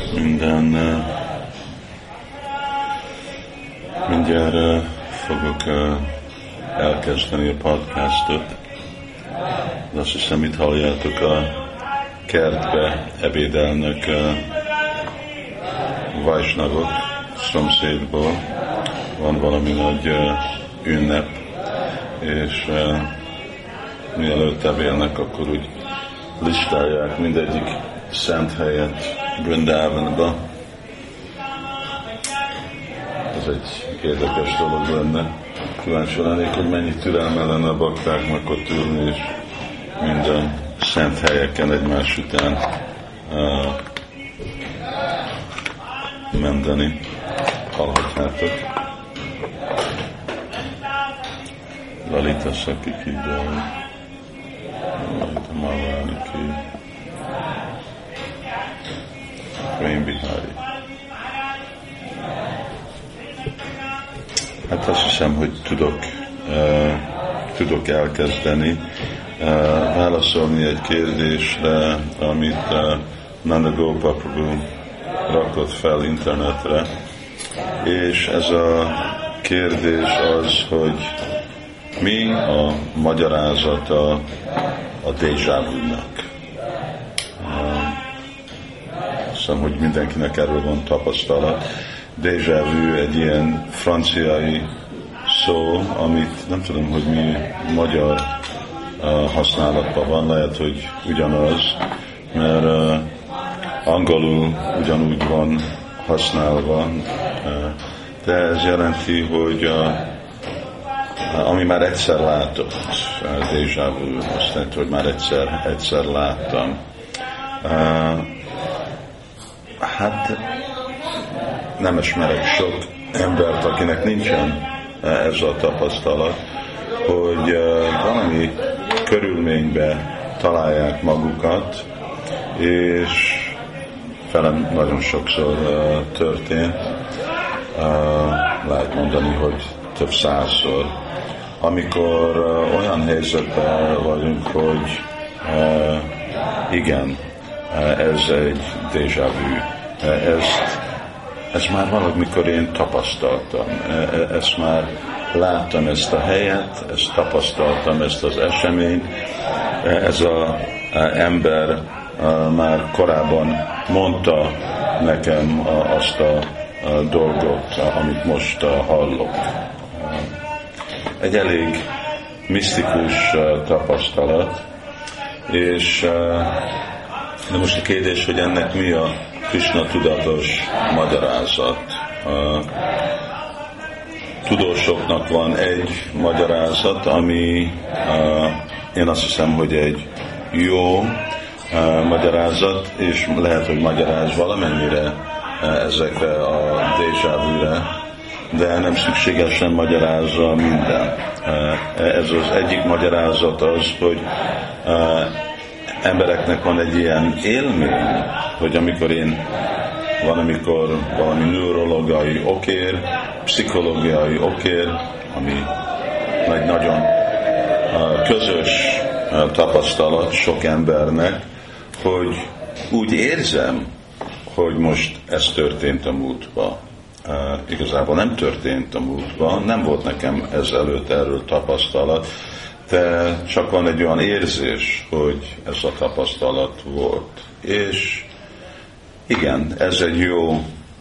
Minden mindjárt fogok elkezdeni a podcastot. De azt hiszem, itt halljátok, a kertbe ebédelnek vajsnagok szomszédból. Van valami nagy ünnep, és mielőtt ebélnek, akkor úgy listálják mindegyik szent helyet Brindavanba. Ez egy érdekes dolog lenne. Kíváncsi lennék, hogy mennyi türelme lenne a baktáknak ott ülni, és minden szent helyeken egymás után menteni. Hallhatjátok. Lalita Sakikidai, Lalita Mavaniki, Prem Bihari. Hát azt hiszem, hogy tudok elkezdeni válaszolni egy kérdésre, amit Nanda Gopal Prabhu rakott fel internetre, és ez a kérdés az, hogy mi a magyarázata a déjà vu-nak. Azt hiszem, hogy mindenkinek erről van tapasztalat. Déjà vu egy ilyen franciai szó, amit nem tudom, hogy mi magyar használatban van, lehet, hogy ugyanaz, mert angolul ugyanúgy van használva, de ez jelenti, hogy ami már egyszer látott, déjà vu, azt jelenti, hogy már egyszer láttam. Hát nem ismerek sok embert, akinek nincsen ez a tapasztalat, hogy valami körülményben találják magukat, és velem nagyon sokszor történt, lehet mondani, hogy több százszor, amikor olyan helyzetben vagyunk, hogy igen, ez egy déjà vu, ezt már valamikor én tapasztaltam, ezt már láttam, ezt a helyet, ezt tapasztaltam, ezt az eseményt, ez az ember már korábban mondta nekem azt a dolgot, amit most hallok. Egy elég misztikus tapasztalat, és de most a kérdés, hogy ennek mi a Krishna tudatos magyarázat. Tudósoknak van egy magyarázat, ami én azt hiszem, hogy egy jó magyarázat, és lehet, hogy magyaráz valamennyire ezekre a déjà vu-re, de nem szükségesen magyarázza minden. Ez az egyik magyarázat az, hogy embereknek van egy ilyen élmény, hogy amikor amikor valami neurológiai okér, pszichológiai okér, ami egy nagyon közös tapasztalat sok embernek, hogy úgy érzem, hogy most ez történt a múltban. Igazából nem történt a múltban, nem volt nekem ezelőtt erről tapasztalat, de csak van egy olyan érzés, hogy ez a tapasztalat volt. És igen, ez egy jó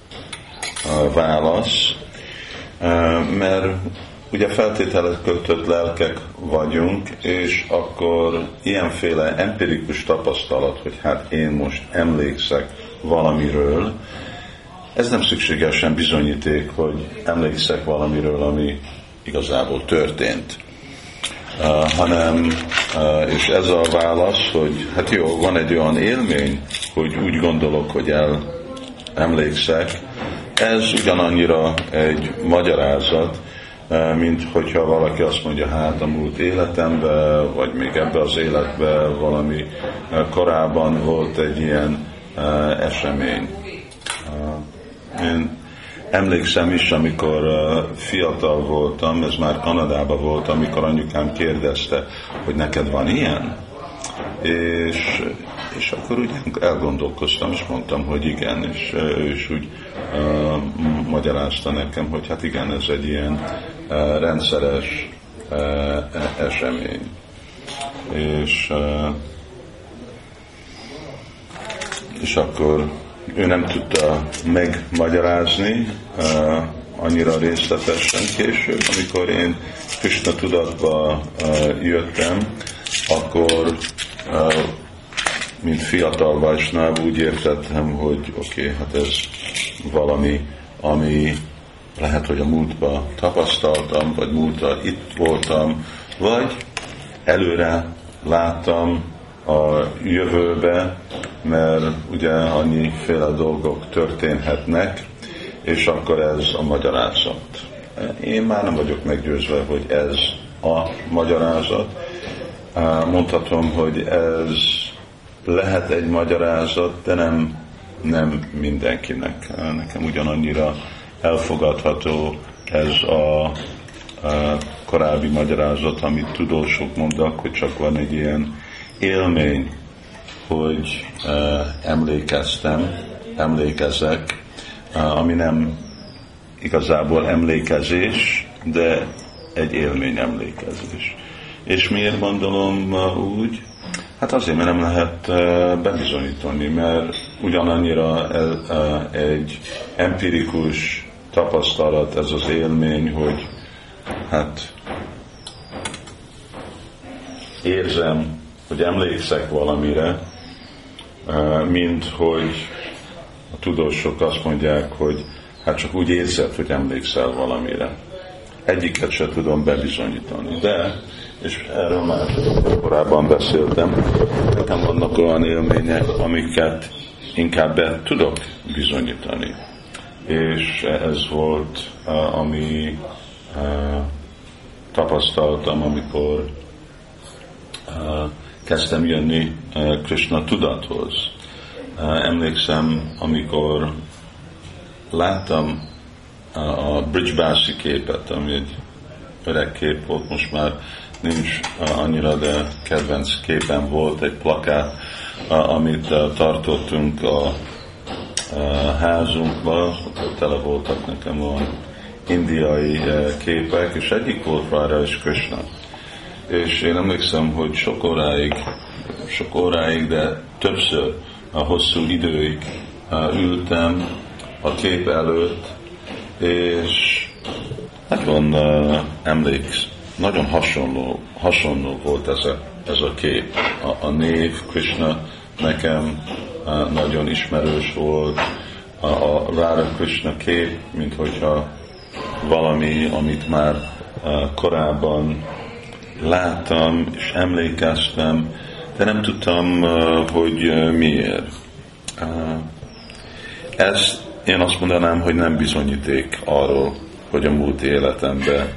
válasz, mert ugye feltételek kötött lelkek vagyunk, és akkor ilyenféle empirikus tapasztalat, hogy hát én most emlékszek valamiről, ez nem szükségesen bizonyíték, hogy emlékszek valamiről, ami igazából történt. Hanem, és ez a válasz, hogy hát jó, van egy olyan élmény, hogy úgy gondolok, hogy emlékszek, ez ugyanannyira egy magyarázat, mint hogyha valaki azt mondja, hát a múlt életemben, vagy még ebbe az életben valami korábban volt egy ilyen esemény. Én emlékszem is, amikor fiatal voltam, ez már Kanadában volt, amikor anyukám kérdezte, hogy neked van ilyen? És És akkor úgy elgondolkoztam, és mondtam, hogy igen, és ő is úgy magyarázta nekem, hogy hát igen, ez egy ilyen rendszeres esemény. És akkor ő nem tudta megmagyarázni annyira részletesen később, amikor én Krishna tudatba jöttem, akkor mint fiatal vajsnáv úgy értettem, hogy oké, hát ez valami, ami lehet, hogy a múltban tapasztaltam, vagy múltban itt voltam, vagy előre láttam a jövőbe, mert ugye annyiféle dolgok történhetnek, és akkor ez a magyarázat. Én már nem vagyok meggyőzve, hogy ez a magyarázat. Mondhatom, hogy ez lehet egy magyarázat, de nem mindenkinek. Nekem ugyanannyira elfogadható ez a korábbi magyarázat, amit tudósok mondanak, hogy csak van egy ilyen élmény, hogy emlékezek, ami nem igazából emlékezés, de egy élmény emlékezés. És miért gondolom úgy? Hát azért, mert nem lehet bebizonyítani, mert ugyanannyira egy empirikus tapasztalat ez az élmény, hogy hát érzem, hogy emlékszek valamire, mint hogy a tudósok azt mondják, hogy hát csak úgy érzed, hogy emlékszel valamire. Egyiket sem tudom bebizonyítani, de, és erről már korábban beszéltem, nekem vannak olyan élmények, amiket inkább be tudok bizonyítani. És ez volt, ami tapasztaltam, amikor kezdtem jönni Krishna tudathoz. Emlékszem, amikor láttam a Brijbási képet, ami egy öreg kép volt, most már nincs annyira, de kedvenc képen volt egy plakát, amit tartottunk a házunkban, tele voltak nekem olyan indiai képek, és egyik volt Radha és Krishna. És én emlékszem, hogy sok óráig, de többször a hosszú időig ültem a kép előtt, és nagyon hasonló volt ez a kép. A név Krishna nekem nagyon ismerős volt, a Radha Krishna kép, mint hogyha valami, amit már korábban láttam és emlékeztem, de nem tudtam, hogy miért. Ez én azt mondanám, hogy nem bizonyíték arról, hogy a múlt életemben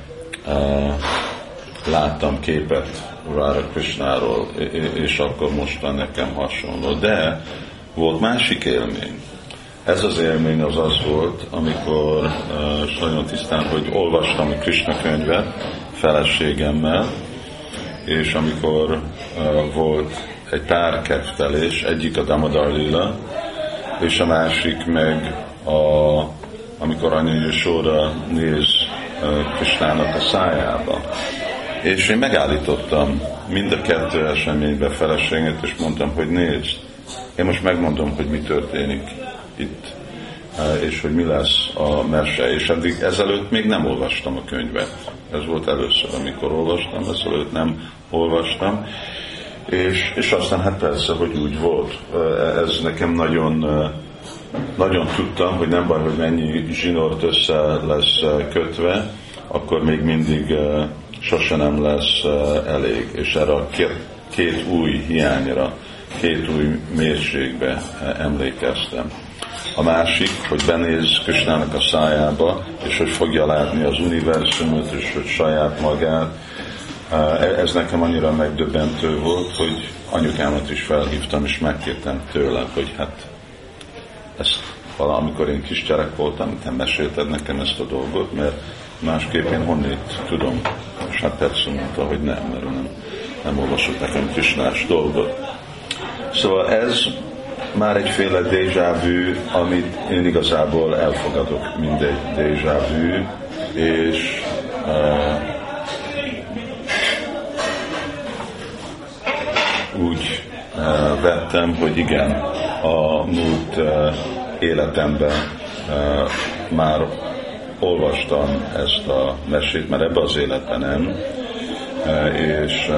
láttam képet Radha Krishnáról, és akkor mostan nekem hasonló. De volt másik élmény. Ez az élmény az volt, amikor nagyon tisztán, hogy olvastam a Krishna könyvet feleségemmel, és amikor volt egy pár kettelés, egyik a Damodar Lila, és a másik meg amikor Anya Yashoda néz Krishnának a szájába. És én megállítottam mind a kettő eseménybe feleséget, és mondtam, hogy nézd, én most megmondom, hogy mi történik itt, és hogy mi lesz a mese. És eddig ezelőtt még nem olvastam a könyvet. Ez volt először, amikor olvastam, ezelőtt nem olvastam. És aztán hát persze, hogy úgy volt. Ez nekem nagyon tudtam, hogy nem baj, hogy mennyi zsinort össze lesz kötve, akkor még mindig sose nem lesz elég. És erre a két új hiányra, két új mérségbe emlékeztem. A másik, hogy benéz Krishnának a szájába, és hogy fogja látni az univerzumot, és hogy saját magát. Ez nekem annyira megdöbbentő volt, hogy anyukámat is felhívtam, és megkértem tőle, hogy hát ezt valamikor én kisgyerek voltam, te mesélted nekem ezt a dolgot, mert másképp én honnét tudom. És hát persze mondta, hogy nem, mert nem olvasott nekem Krishnás dolgot. Szóval ez már egyféle déjà vu, amit én igazából elfogadok, mint egy déjà vu, és úgy vettem, hogy igen, a múlt életemben már olvastam ezt a mesét, mert ebben az életben nem, és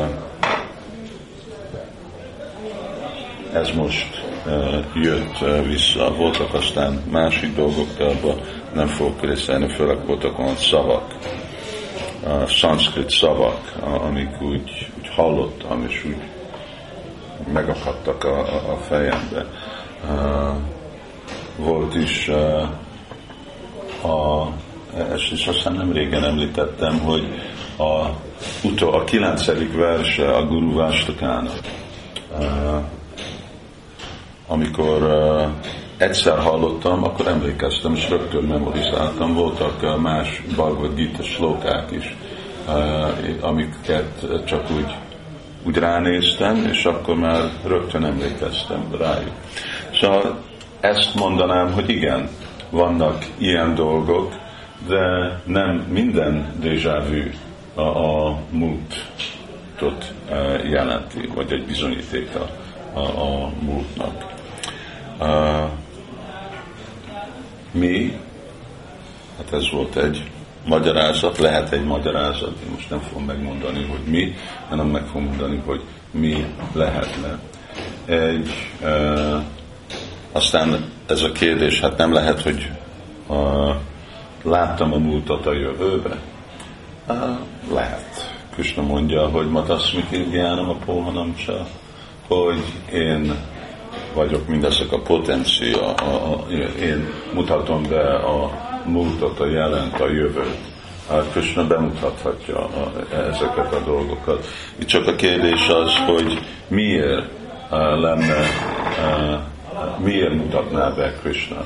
ez most jött vissza. Voltak aztán másik dolgok, de abban nem fogok részelni, főleg voltak olyan szavak, szanszkrit szavak, amik úgy hallottam, és úgy megakadtak a fejembe. Volt is ezt is aztán nem régen említettem, hogy a 9. verse a Guru Vastakának. Amikor egyszer hallottam, akkor emlékeztem, és rögtön memorizáltam. Voltak más Bhagavad Gita slókák is, amiket csak úgy ránéztem, és akkor már rögtön emlékeztem rájuk. Szóval ezt mondanám, hogy igen, vannak ilyen dolgok, de nem minden déjà vu a múltot jelenti, vagy egy bizonyítéka a múltnak. Mi, hát ez volt egy magyarázat, lehet egy magyarázat, én most nem fogom megmondani, hogy mi, hanem meg fogom mondani, hogy mi lehetne. Aztán ez a kérdés, hát nem lehet, hogy láttam a múltat a jövőbe. Lehet. Krishna mondja, hogy matasmiki gyánam a póhanam csa, hogy én vagyok mindezek a potencia, én mutatom be a múltat, a jelent, a jövőt. Krishna bemutathatja ezeket a dolgokat. Itt csak a kérdés az, hogy miért miért mutatná be Krishna.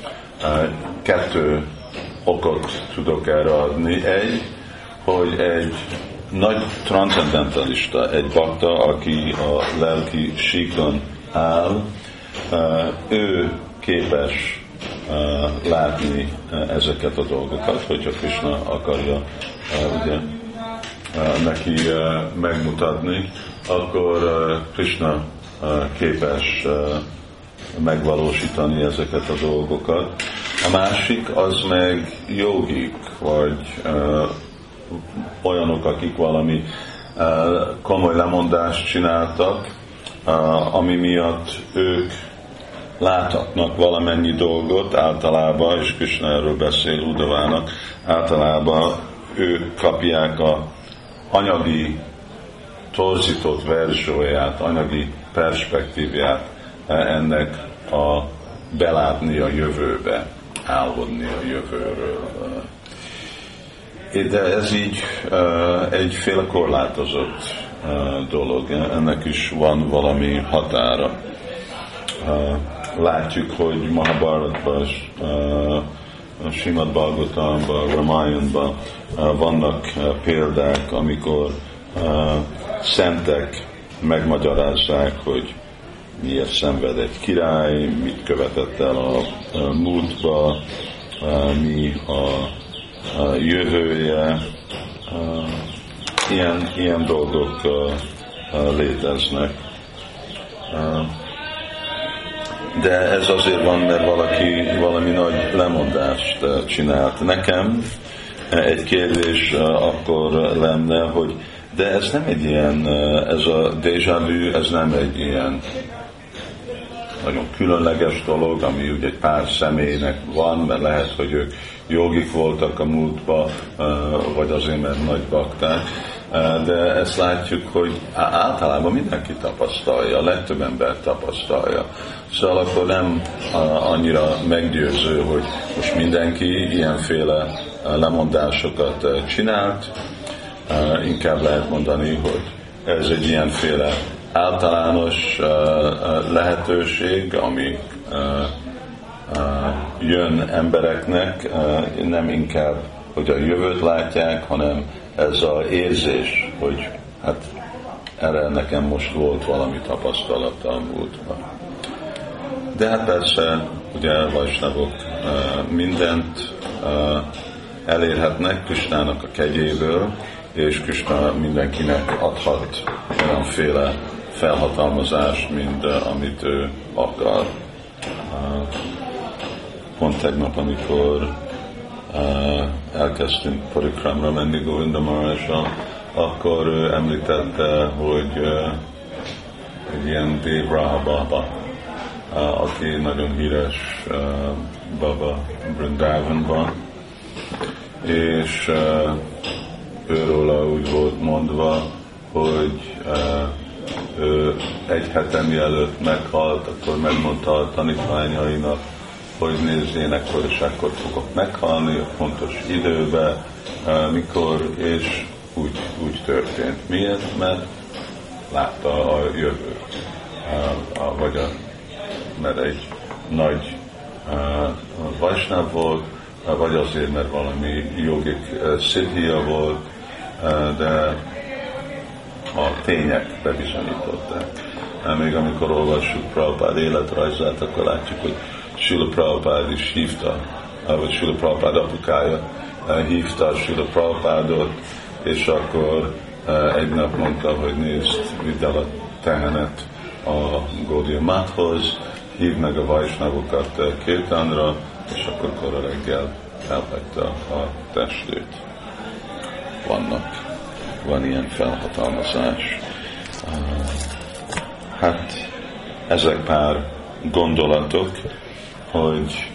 2 okot tudok erre adni. Egy, hogy egy nagy transzendentalista, egy bakta, aki a lelki síkon áll, ő képes látni ezeket a dolgokat, hogyha Krishna akarja ugye, neki megmutatni, akkor Krishna képes megvalósítani ezeket a dolgokat. A másik az meg jogik, vagy olyanok, akik valami komoly lemondást csináltak, ami miatt ők láthatnak valamennyi dolgot általában, és Krishna erről beszél Udavának, általában ők kapják a anyagi torzított verzióját, anyagi perspektívját ennek a belátni a jövőbe, álmodni a jövőről. De ez így egyféle korlátozott dolog, ennek is van valami határa. Látjuk, hogy Mahabharatban, Srimad Bhagavatamban, Ramayanban vannak példák, amikor szentek megmagyarázzák, hogy miért szenved egy király, mit követett el a múltba, mi a jövője. Ilyen dolgok léteznek. De ez azért van, mert valaki valami nagy lemondást csinált. Nekem egy kérdés akkor lenne, hogy de ez nem egy ilyen, ez a déjà vu, ez nem egy ilyen nagyon különleges dolog, ami ugye egy pár személynek van, mert lehet, hogy ők jogik voltak a múltban, vagy azért, mert nagy bakták, de ezt látjuk, hogy általában mindenki tapasztalja, a legtöbb ember tapasztalja. Szóval akkor nem annyira meggyőző, hogy most mindenki ilyenféle lemondásokat csinált, inkább lehet mondani, hogy ez egy ilyenféle általános lehetőség, ami jön embereknek, nem inkább, hogy a jövőt látják, hanem ez az érzés, hogy hát erre nekem most volt valami tapasztalata a múltban. De hát persze, ugye Vajsnavok mindent elérhetnek Krisnának a kegyéből, és Krisna mindenkinek adhat olyanféle felhatalmazást, mint amit ő akar. Pont tegnap, amikor elkezdtünk Parikramra menni Govinda Maharajra, akkor ő említette, hogy egy ilyen Dev Raha Baba, aki nagyon híres Baba Vrindavanban, és őróla úgy volt mondva, hogy ő egy hete mielőtt meghalt, akkor megmondta a tanítványainak, hogy nézzének, hogy és akkor fogok meghalni a pontos időben, mikor, és úgy történt. Miért? Mert látta a jövőt. Mert egy nagy vajsnáv volt, vagy azért, mert valami jogik szidhia volt, de a tények bebizonyították. Még amikor olvassuk Prabhupád életrajzát, akkor látjuk, hogy Srila Prabhupád is hívta, vagy Srila Prabhupád apukája hívta Srila Prabhupádot, és akkor egy nap mondta, hogy nézd, vidd el a tehenet a Gaudiya Mathhoz, hívd meg a vajsnavokat kirtanra, és akkor kora reggel elhagyta a testét. Van ilyen felhatalmazás. Hát ezek pár gondolatok, hogy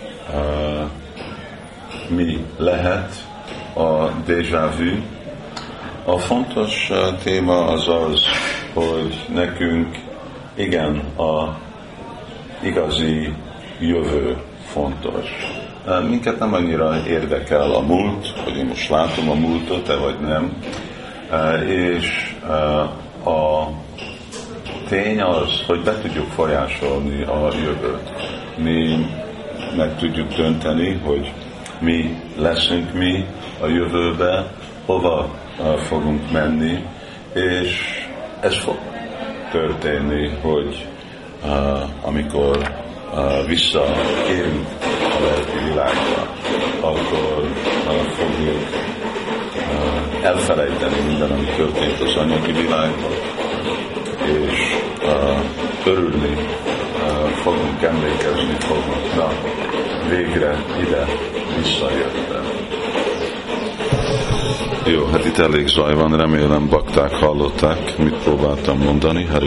mi lehet a déjà vu. A fontos téma az az, hogy nekünk igen, a igazi jövő fontos. Minket nem annyira érdekel a múlt, hogy én most látom a múltot, te vagy nem, és a tény az, hogy be tudjuk folyásolni a jövőt. Mi meg tudjuk dönteni, hogy mi leszünk mi a jövőbe, hova fogunk menni, és ez fog történni, hogy amikor visszaérünk a lelki világba, akkor fogjuk elfelejteni minden, ami történt az anyagi világban, és örülni fogunk, emlékezni fogunk, na, végre ide visszajöttem. Jó, hát itt elég zaj van, remélem bakták hallották, mit próbáltam mondani.